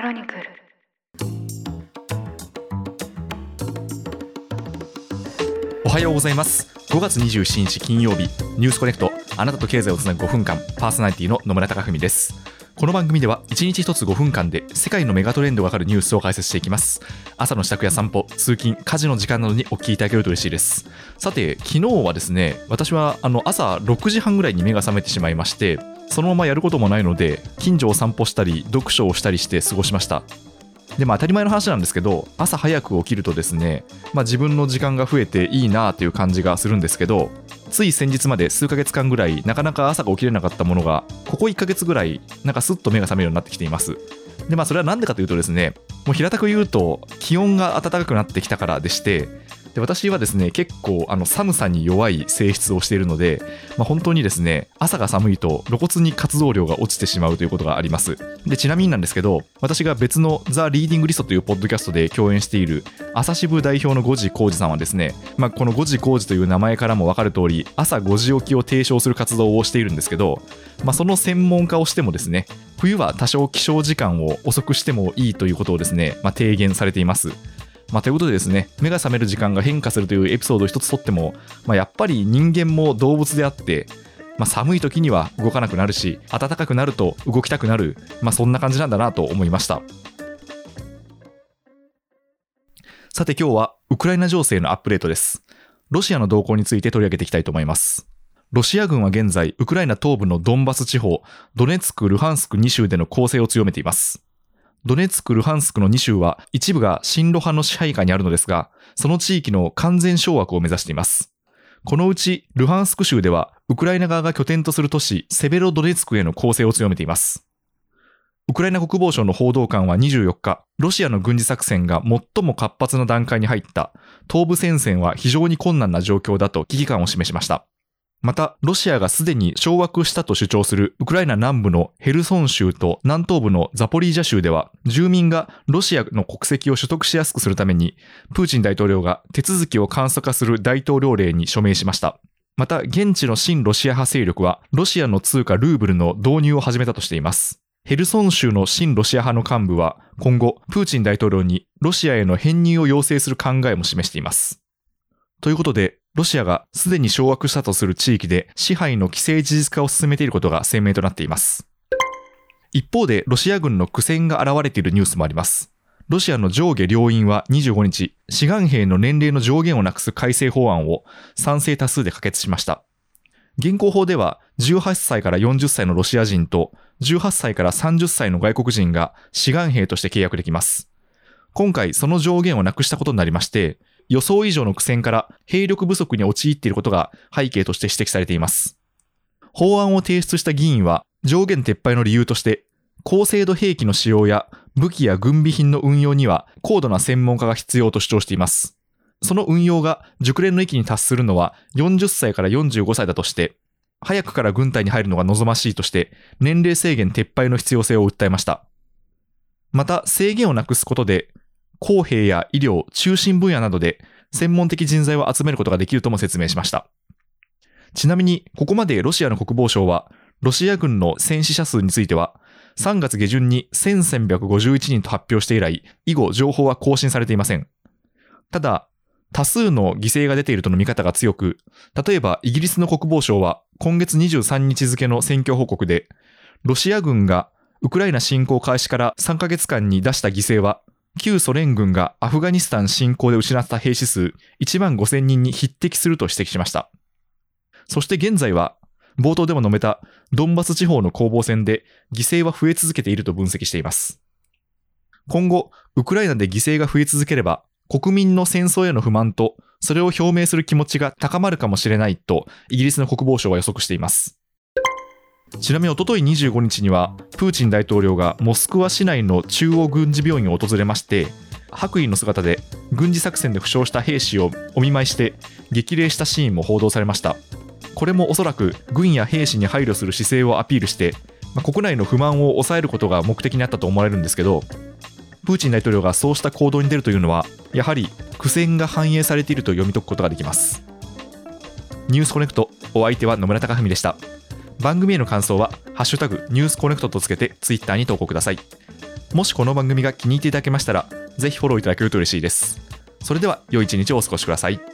クロニクル。 おはようございます。5月27日金曜日、ニュースコネクト、あなたと経済をつなぐ5分間、パーソナリティの野村貴文です。この番組では1日1つ5分間で世界のメガトレンドがわかるニュースを解説していきます。朝の支度や散歩、通勤、家事の時間などにお聞きいただけると嬉しいです。さて、昨日はですね、私は朝6時半ぐらいに目が覚めてしまいまして、そのままやることもないので近所を散歩したり読書をしたりして過ごしました。で当たり前の話なんですけど、朝早く起きるとですね、自分の時間が増えていいなという感じがするんですけど、つい先日まで数ヶ月間ぐらいなかなか朝が起きれなかったものが、ここ1ヶ月ぐらいスッと目が覚めるようになってきています。でそれは何でかというとですね、もう平たく言うと気温が暖かくなってきたからでして、で私はですね結構寒さに弱い性質をしているので、本当にですね朝が寒いと露骨に活動量が落ちてしまうということがあります。でちなみになんですけど、私が別のザ・リーディングリストというポッドキャストで共演している朝支部代表の五次浩二さんはですね、この五次浩二という名前からも分かる通り、朝5時起きを提唱する活動をしているんですけど、その専門家をしてもですね、冬は多少起床時間を遅くしてもいいということをですね、提言されています。ということでですね、目が覚める時間が変化するというエピソードを一つとっても、やっぱり人間も動物であって、寒い時には動かなくなるし、暖かくなると動きたくなる、そんな感じなんだなと思いました。さて今日はウクライナ情勢のアップデートです。ロシアの動向について取り上げていきたいと思います。ロシア軍は現在ウクライナ東部のドンバス地方、ドネツク、ルハンスク2州での攻勢を強めています。ドネツク、ルハンスクの2州は一部が親ロ派の支配下にあるのですが、その地域の完全掌握を目指しています。このうちルハンスク州ではウクライナ側が拠点とする都市セベロドネツクへの攻勢を強めています。ウクライナ国防省の報道官は24日、ロシアの軍事作戦が最も活発な段階に入った東部戦線は非常に困難な状況だと危機感を示しました。また、ロシアがすでに掌握したと主張するウクライナ南部のヘルソン州と南東部のザポリージャ州では、住民がロシアの国籍を取得しやすくするために、プーチン大統領が手続きを簡素化する大統領令に署名しました。また、現地の親ロシア派勢力は、ロシアの通貨ルーブルの導入を始めたとしています。ヘルソン州の親ロシア派の幹部は、今後、プーチン大統領にロシアへの編入を要請する考えも示しています。ということで、ロシアがすでに掌握したとする地域で支配の既成事実化を進めていることが鮮明となっています。一方で、ロシア軍の苦戦が現れているニュースもあります。ロシアの上下両院は25日、志願兵の年齢の上限をなくす改正法案を賛成多数で可決しました。現行法では、18歳から40歳のロシア人と18歳から30歳の外国人が志願兵として契約できます。今回、その上限をなくしたことになりまして、予想以上の苦戦から兵力不足に陥っていることが背景として指摘されています。法案を提出した議員は上限撤廃の理由として、高精度兵器の使用や武器や軍備品の運用には高度な専門家が必要と主張しています。その運用が熟練の域に達するのは40歳から45歳だとして、早くから軍隊に入るのが望ましいとして年齢制限撤廃の必要性を訴えました。また制限をなくすことで、公兵や医療、通信分野などで専門的人材を集めることができるとも説明しました。ちなみに、ここまでロシアの国防省は、ロシア軍の戦死者数については、3月下旬に1351人と発表して以来、以後情報は更新されていません。ただ、多数の犠牲が出ているとの見方が強く、例えばイギリスの国防省は今月23日付の戦況報告で、ロシア軍がウクライナ侵攻開始から3ヶ月間に出した犠牲は、旧ソ連軍がアフガニスタン侵攻で失った兵士数15,000人に匹敵すると指摘しました。そして現在は、冒頭でも述べたドンバス地方の攻防戦で犠牲は増え続けていると分析しています。今後、ウクライナで犠牲が増え続ければ、国民の戦争への不満と、それを表明する気持ちが高まるかもしれないと、イギリスの国防省は予測しています。ちなみにおととい25日にはプーチン大統領がモスクワ市内の中央軍事病院を訪れまして、白衣の姿で軍事作戦で負傷した兵士をお見舞いして激励したシーンも報道されました。これもおそらく軍や兵士に配慮する姿勢をアピールして、国内の不満を抑えることが目的にあったと思われるんですけど、プーチン大統領がそうした行動に出るというのは、やはり苦戦が反映されていると読み解くことができます。ニュースコネクト、お相手は野村貴文でした。番組への感想はハッシュタグニュースコネクトとつけてツイッターに投稿ください。 もしこの番組が気に入っていただけましたら、ぜひフォローいただけると嬉しいです。それでは良い一日をお過ごしください。